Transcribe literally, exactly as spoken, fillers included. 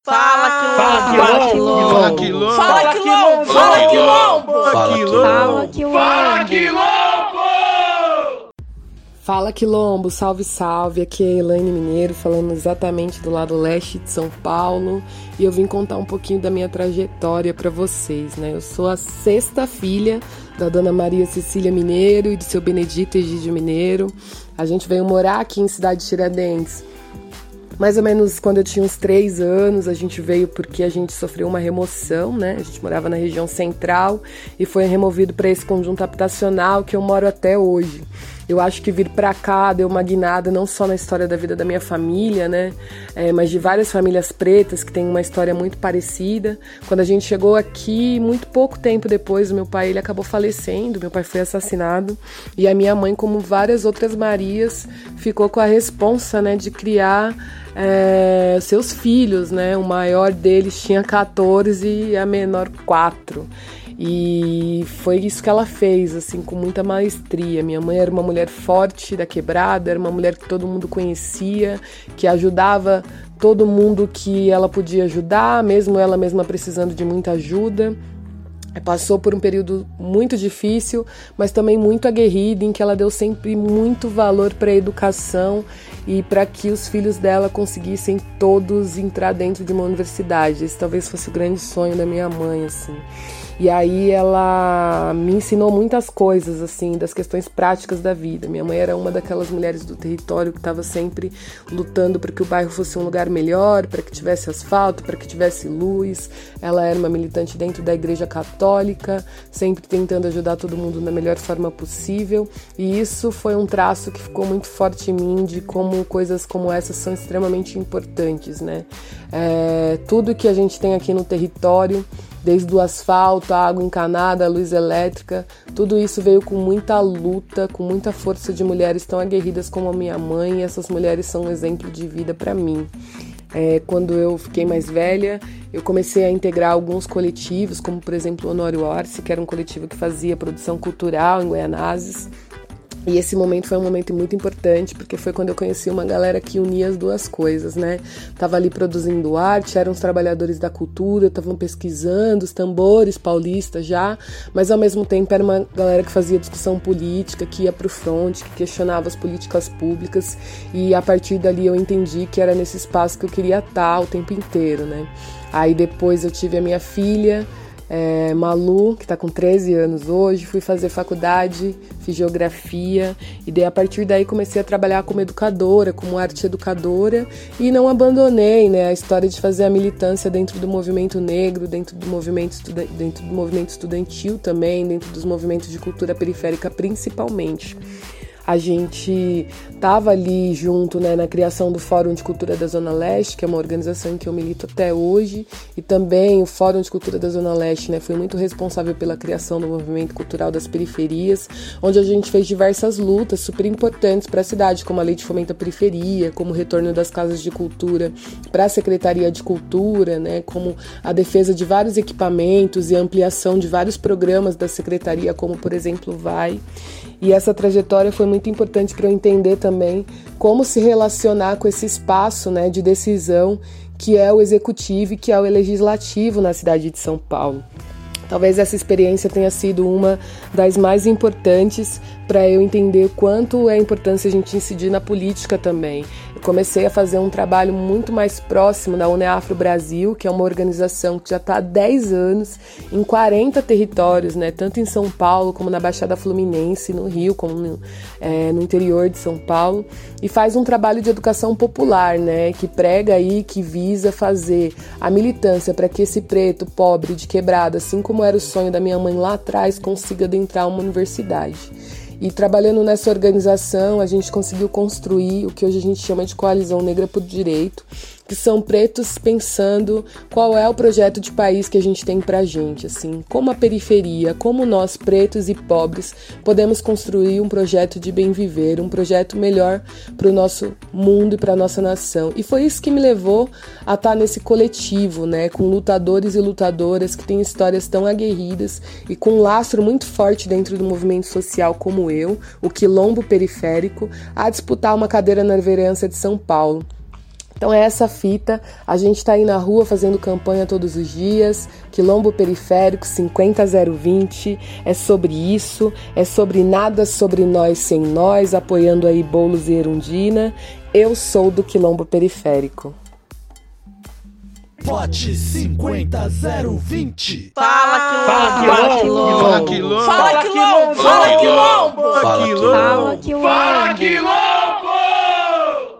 Fala, Fala, Quilombo! Fala, Quilombo! Fala, Quilombo! Fala, Quilombo! Fala, Quilombo! Fala, Quilombo! Fala, Quilombo! Salve, salve! Aqui é a Elaine Mineiro, falando exatamente do lado leste de São Paulo, e eu vim contar um pouquinho da minha trajetória para vocês, né? Eu sou a sexta filha da Dona Maria Cecília Mineiro e do seu Benedito Egídio Mineiro. A gente veio morar aqui em Cidade Tiradentes mais ou menos quando eu tinha uns três anos. A gente veio porque a gente sofreu uma remoção, né? A gente morava na região central e foi removido para esse conjunto habitacional que eu moro até hoje. Eu acho que vir para cá deu uma guinada não só na história da vida da minha família, né? É, mas de várias famílias pretas que têm uma história muito parecida. Quando a gente chegou aqui, muito pouco tempo depois, o meu pai ele acabou falecendo, meu pai foi assassinado, e a minha mãe, como várias outras Marias, ficou com a responsa, né, de criar É, seus filhos, né? O maior deles tinha quatorze e a menor quatro. E foi isso que ela fez, assim, com muita maestria. Minha mãe era uma mulher forte da quebrada, era uma mulher que todo mundo conhecia, que ajudava todo mundo que ela podia ajudar, mesmo ela mesma precisando de muita ajuda. Passou por um período muito difícil, mas também muito aguerrido, em que ela deu sempre muito valor para a educação e para que os filhos dela conseguissem todos entrar dentro de uma universidade. Esse talvez fosse o grande sonho da minha mãe, assim. E aí ela me ensinou muitas coisas, assim, das questões práticas da vida. Minha mãe era uma daquelas mulheres do território que estava sempre lutando para que o bairro fosse um lugar melhor, para que tivesse asfalto, para que tivesse luz. Ela era uma militante dentro da Igreja Católica, sempre tentando ajudar todo mundo da melhor forma possível. E isso foi um traço que ficou muito forte em mim, de como coisas como essas são extremamente importantes, né? É, tudo que a gente tem aqui no território, desde o asfalto, a água encanada, a luz elétrica, tudo isso veio com muita luta, com muita força de mulheres tão aguerridas como a minha mãe, e essas mulheres são um exemplo de vida para mim. É, quando eu fiquei mais velha, eu comecei a integrar alguns coletivos, como por exemplo o Honório Orsi, que era um coletivo que fazia produção cultural em Guaianazes. E esse momento foi um momento muito importante, porque foi quando eu conheci uma galera que unia as duas coisas, né? Tava ali produzindo arte, eram os trabalhadores da cultura, estavam pesquisando os tambores paulistas já, mas ao mesmo tempo era uma galera que fazia discussão política, que ia pro front, que questionava as políticas públicas, e a partir dali eu entendi que era nesse espaço que eu queria estar o tempo inteiro, né? Aí depois eu tive a minha filha, É, Malu, que está com treze anos hoje, fui fazer faculdade, fiz geografia, e daí, a partir daí comecei a trabalhar como educadora, como arte educadora, e não abandonei, né, a história de fazer a militância dentro do movimento negro, dentro do movimento, estuda- dentro do movimento estudantil também, dentro dos movimentos de cultura periférica principalmente. A gente estava ali junto, né, na criação do Fórum de Cultura da Zona Leste, que é uma organização em que eu milito até hoje, e também o Fórum de Cultura da Zona Leste, né, foi muito responsável pela criação do movimento cultural das periferias, onde a gente fez diversas lutas super importantes para a cidade, como a Lei de Fomento à Periferia, como o retorno das casas de cultura para a Secretaria de Cultura, né, como a defesa de vários equipamentos e a ampliação de vários programas da Secretaria, como por exemplo o Vai. E essa trajetória foi muito importante para eu entender também como se relacionar com esse espaço, né, de decisão que é o executivo e que é o legislativo na cidade de São Paulo. Talvez essa experiência tenha sido uma das mais importantes para eu entender o quanto é importante a gente incidir na política também. Eu comecei a fazer um trabalho muito mais próximo da UNEAFRO Brasil, que é uma organização que já está há dez anos em quarenta territórios, né? Tanto em São Paulo, como na Baixada Fluminense, no Rio, como no, é, no interior de São Paulo, e faz um trabalho de educação popular, né? Que prega aí, que visa fazer a militância para que esse preto, pobre, de quebrada, assim como era o sonho da minha mãe lá atrás, consiga adentrar uma universidade. E trabalhando nessa organização, a gente conseguiu construir o que hoje a gente chama de Coalizão Negra por Direito, que são pretos pensando qual é o projeto de país que a gente tem pra gente, assim, como a periferia, como nós, pretos e pobres, podemos construir um projeto de bem viver, um projeto melhor para o nosso mundo e para a nossa nação. E foi isso que me levou a estar nesse coletivo, né, com lutadores e lutadoras que têm histórias tão aguerridas e com um lastro muito forte dentro do movimento social como eu, o Quilombo Periférico, a disputar uma cadeira na vereança de São Paulo. Então é essa fita, a gente tá aí na rua fazendo campanha todos os dias, Quilombo Periférico cinquenta zero vinte, é sobre isso, é sobre nada sobre nós sem nós, apoiando aí Boulos e Erundina. Eu sou do Quilombo Periférico. Vote cinquenta zero vinte. Fala, Fala, Quilombo! Quilombo! Fala, Quilombo! Fala, Quilombo! Fala, Quilombo! Fala, Quilombo! Fala, Quilombo! Fala, Quilombo!